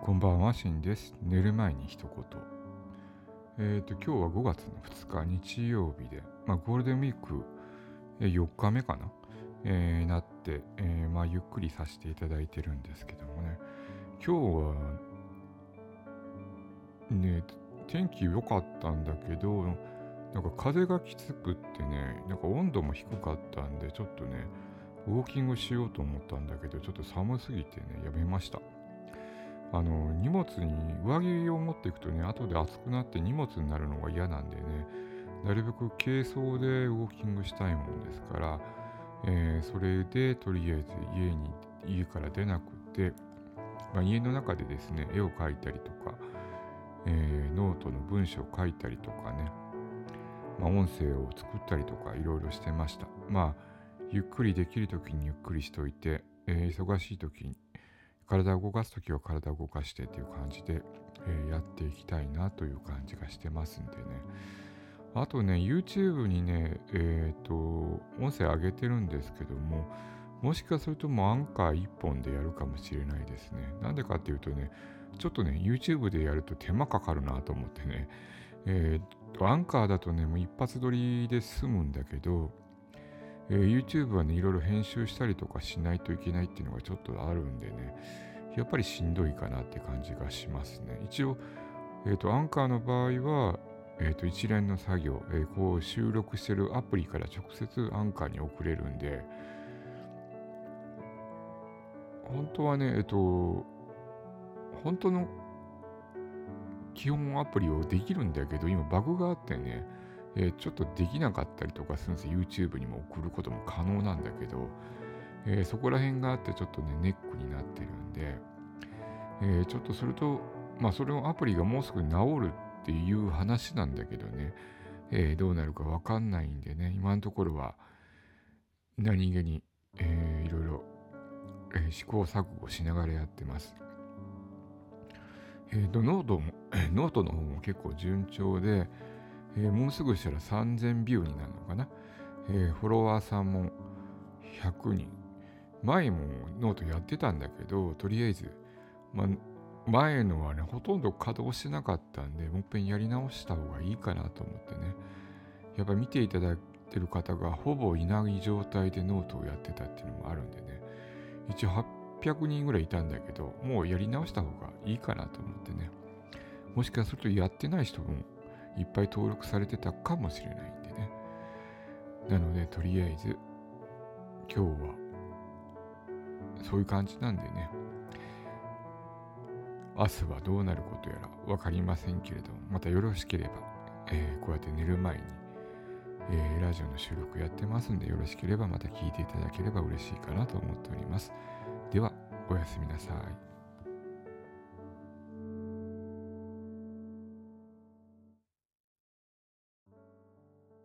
こんばんは、しんです。寝る前に一言。今日は5月の2日日曜日で、ゴールデンウィーク、4日目かな、なって、ゆっくりさせていただいてるんですけどもね。今日はね、天気良かったんだけど、なんか風がきつくってね、なんか温度も低かったんで、ちょっとね、ウォーキングしようと思ったんだけど、ちょっと寒すぎてね、やめました。荷物に上着を持っていくとね、後で暑くなって荷物になるのが嫌なんでね、なるべく軽装でウォーキングしたいもんですから、それでとりあえず家から出なくて、家の中でですね、絵を描いたりとか、ノートの文章を書いたりとかね、音声を作ったりとかいろいろしてました。ゆっくりできるときにゆっくりしといて、忙しいときに体を動かすときは体を動かしてという感じで、やっていきたいなという感じがしてますんでね。あとね、YouTube にね、音声上げてるんですけども、もしかするともうアンカー一本でやるかもしれないですね。なんでかっていうとね、ちょっとね、YouTube でやると手間かかるなと思ってね、アンカーだとね、もう一発撮りで済むんだけど、YouTube はね、いろいろ編集したりとかしないといけないっていうのがちょっとあるんでね、やっぱりしんどいかなって感じがしますね。一応、アンカーの場合は、一連の作業、こう収録してるアプリから直接アンカーに送れるんで、本当はね、本当の基本アプリをできるんだけど、今バグがあってね、ちょっとできなかったりとかするんですよ。YouTube にも送ることも可能なんだけど、そこら辺があってちょっとね、ネックになってるんで、ちょっとすると、それをアプリがもうすぐ治るっていう話なんだけどね、どうなるかわかんないんでね、今のところは何気に、いろいろ、試行錯誤しながらやってます。ノートの方も結構順調で、もうすぐしたら3000ビューになるのかな。フォロワーさんも100人。前もノートやってたんだけど、とりあえず、まあ、前のはね、ほとんど稼働してなかったんで、もう一遍やり直した方がいいかなと思ってね。やっぱ見ていただいてる方がほぼいない状態でノートをやってたっていうのもあるんでね。一応800人ぐらいいたんだけど、もうやり直した方がいいかなと思ってね。もしかするとやってない人もいっぱい登録されてたかもしれないんでね。なので、とりあえず、今日はそういう感じなんでね。明日はどうなることやらわかりませんけれども、またよろしければ、こうやって寝る前に、ラジオの収録やってますんで、よろしければまた聞いていただければ嬉しいかなと思っております。では、おやすみなさい。